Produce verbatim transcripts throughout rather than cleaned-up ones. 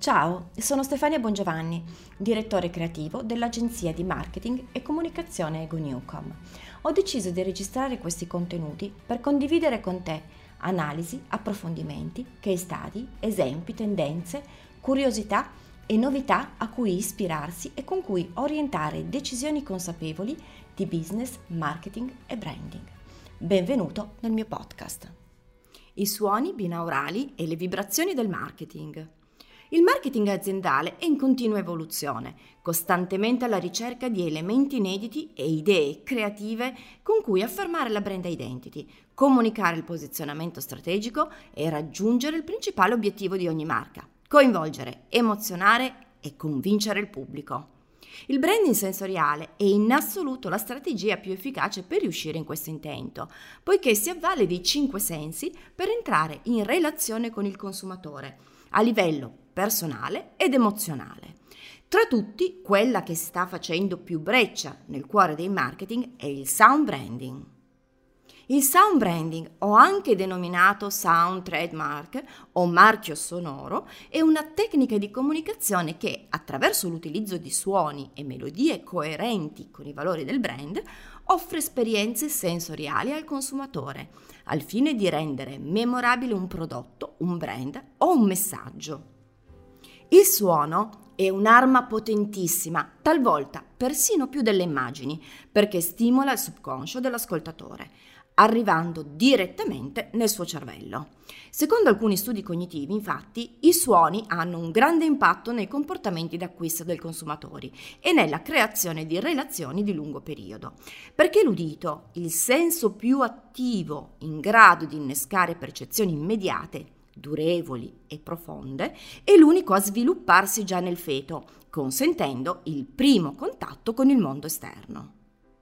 Ciao, sono Stefania Bongiovanni, direttore creativo dell'agenzia di marketing e comunicazione Ego Newcom. Ho deciso di registrare questi contenuti per condividere con te analisi, approfondimenti, case study, esempi, tendenze, curiosità e novità a cui ispirarsi e con cui orientare decisioni consapevoli di business, marketing e branding. Benvenuto nel mio podcast. I suoni binaurali e le vibrazioni del marketing. Il marketing aziendale è in continua evoluzione, costantemente alla ricerca di elementi inediti e idee creative con cui affermare la brand identity, comunicare il posizionamento strategico e raggiungere il principale obiettivo di ogni marca: coinvolgere, emozionare e convincere il pubblico. Il branding sensoriale è in assoluto la strategia più efficace per riuscire in questo intento, poiché si avvale dei cinque sensi per entrare in relazione con il consumatore a livello personale ed emozionale. Tra tutti, quella che sta facendo più breccia nel cuore dei marketing è il sound branding. Il sound branding, o anche denominato sound trademark o marchio sonoro, è una tecnica di comunicazione che, attraverso l'utilizzo di suoni e melodie coerenti con i valori del brand, offre esperienze sensoriali al consumatore, al fine di rendere memorabile un prodotto, un brand o un messaggio. Il suono è un'arma potentissima, talvolta persino più delle immagini, perché stimola il subconscio dell'ascoltatore, arrivando direttamente nel suo cervello. Secondo alcuni studi cognitivi, infatti, i suoni hanno un grande impatto nei comportamenti d'acquisto dei consumatori e nella creazione di relazioni di lungo periodo, perché l'udito, il senso più attivo in grado di innescare percezioni immediate, durevoli e profonde, è l'unico a svilupparsi già nel feto, consentendo il primo contatto con il mondo esterno.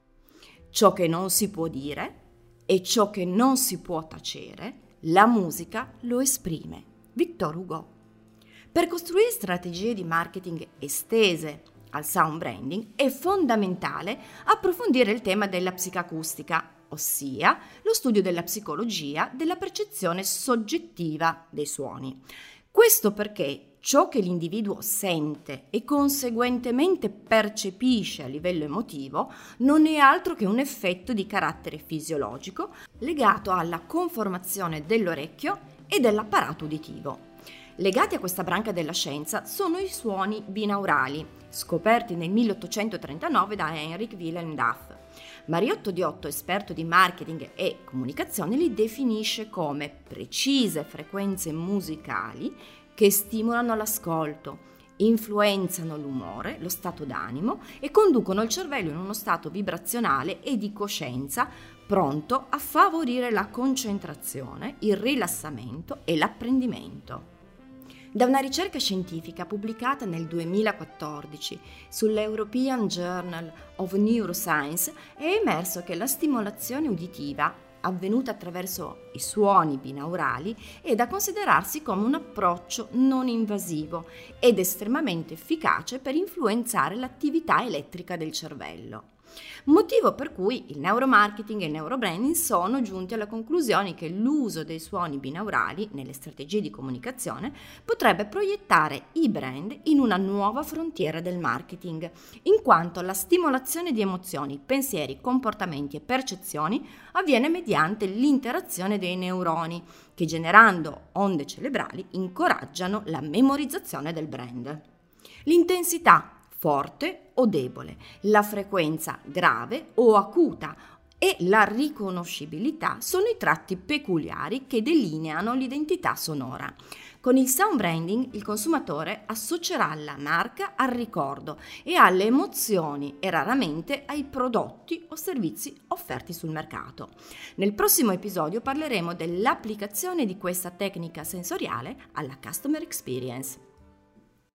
Ciò che non si può dire e ciò che non si può tacere, la musica lo esprime. Victor Hugo. Per costruire strategie di marketing estese al sound branding è fondamentale approfondire il tema della psicoacustica, ossia lo studio della psicologia della percezione soggettiva dei suoni. Questo perché ciò che l'individuo sente e conseguentemente percepisce a livello emotivo non è altro che un effetto di carattere fisiologico legato alla conformazione dell'orecchio e dell'apparato uditivo. Legati a questa branca della scienza sono i suoni binaurali, scoperti nel milleottocentotrentanove da Heinrich Wilhelm Duff. Mariotto Diotto, esperto di marketing e comunicazione, li definisce come precise frequenze musicali che stimolano l'ascolto, influenzano l'umore, lo stato d'animo e conducono il cervello in uno stato vibrazionale e di coscienza pronto a favorire la concentrazione, il rilassamento e l'apprendimento. Da una ricerca scientifica pubblicata nel duemilaquattordici sull'European Journal of Neuroscience è emerso che la stimolazione uditiva avvenuta attraverso i suoni binaurali è da considerarsi come un approccio non invasivo ed estremamente efficace per influenzare l'attività elettrica del cervello. Motivo per cui il neuromarketing e il neurobranding sono giunti alla conclusione che l'uso dei suoni binaurali nelle strategie di comunicazione potrebbe proiettare i brand in una nuova frontiera del marketing, in quanto la stimolazione di emozioni, pensieri, comportamenti e percezioni avviene mediante l'interazione dei neuroni, che generando onde cerebrali incoraggiano la memorizzazione del brand. L'intensità forte o debole, la frequenza grave o acuta e la riconoscibilità sono i tratti peculiari che delineano l'identità sonora. Con il sound branding il consumatore associerà la marca al ricordo e alle emozioni e raramente ai prodotti o servizi offerti sul mercato. Nel prossimo episodio parleremo dell'applicazione di questa tecnica sensoriale alla customer experience.